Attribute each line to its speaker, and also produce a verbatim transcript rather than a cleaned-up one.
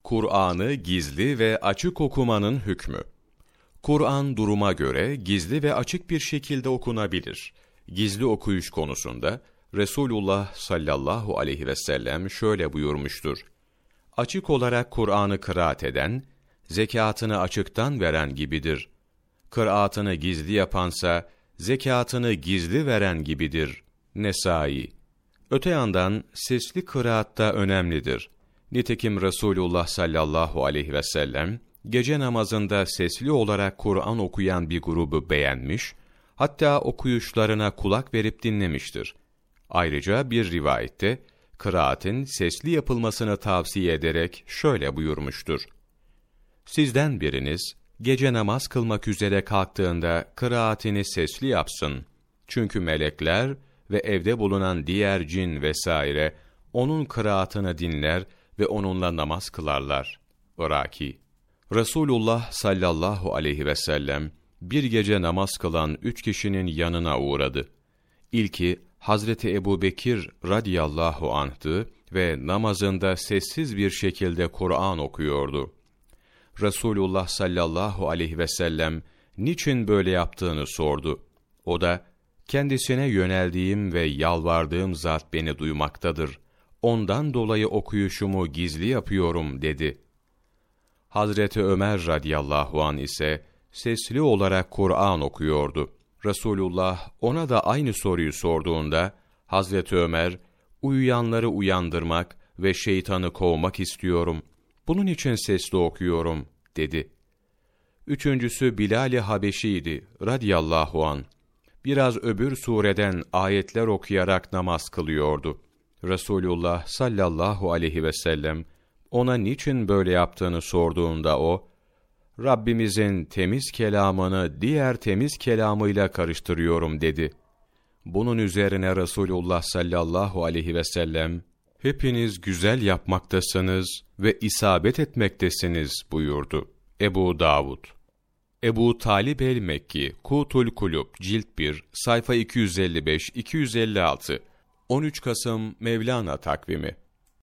Speaker 1: Kur'an'ı gizli ve açık okumanın hükmü. Kur'an duruma göre gizli ve açık bir şekilde okunabilir. Gizli okuyuş konusunda Resulullah sallallahu aleyhi ve sellem şöyle buyurmuştur: Açık olarak Kur'an'ı kıraat eden, zekatını açıktan veren gibidir. Kıraatını gizli yapansa, zekatını gizli veren gibidir. Nesai. Öte yandan sesli kıraat da önemlidir. Nitekim Resulullah sallallahu aleyhi ve sellem, gece namazında sesli olarak Kur'an okuyan bir grubu beğenmiş, hatta okuyuşlarına kulak verip dinlemiştir. Ayrıca bir rivayette, kıraatin sesli yapılmasını tavsiye ederek şöyle buyurmuştur: Sizden biriniz, gece namaz kılmak üzere kalktığında kıraatini sesli yapsın. Çünkü melekler ve evde bulunan diğer cin vesaire, onun kıraatını dinler ve onunla namaz kılarlar. Iraki. Resulullah sallallahu aleyhi ve sellem, bir gece namaz kılan üç kişinin yanına uğradı. İlki, Hazreti Ebubekir radıyallahu anh'tı ve namazında sessiz bir şekilde Kur'an okuyordu. Resulullah sallallahu aleyhi ve sellem, niçin böyle yaptığını sordu. O da, kendisine yöneldiğim ve yalvardığım zat beni duymaktadır. Ondan dolayı okuyuşumu gizli yapıyorum dedi. Hazreti Ömer radıyallahu anh ise, sesli olarak Kur'an okuyordu. Resulullah ona da aynı soruyu sorduğunda, Hazreti Ömer, uyuyanları uyandırmak ve şeytanı kovmak istiyorum. Bunun için sesli okuyorum, dedi. Üçüncüsü Bilal-i Habeşi'ydi, radiyallahu anh. Biraz öbür sureden ayetler okuyarak namaz kılıyordu. Resulullah sallallahu aleyhi ve sellem, ona niçin böyle yaptığını sorduğunda o, Rabbimizin temiz kelamını diğer temiz kelamıyla karıştırıyorum dedi. Bunun üzerine Resulullah sallallahu aleyhi ve sellem, hepiniz güzel yapmaktasınız ve isabet etmektesiniz buyurdu. Ebu Davud. Ebu Talib el-Mekki, Kutul Kulub, Cilt bir, sayfa iki yüz elli beş iki yüz elli altı, on üç Kasım Mevlana takvimi.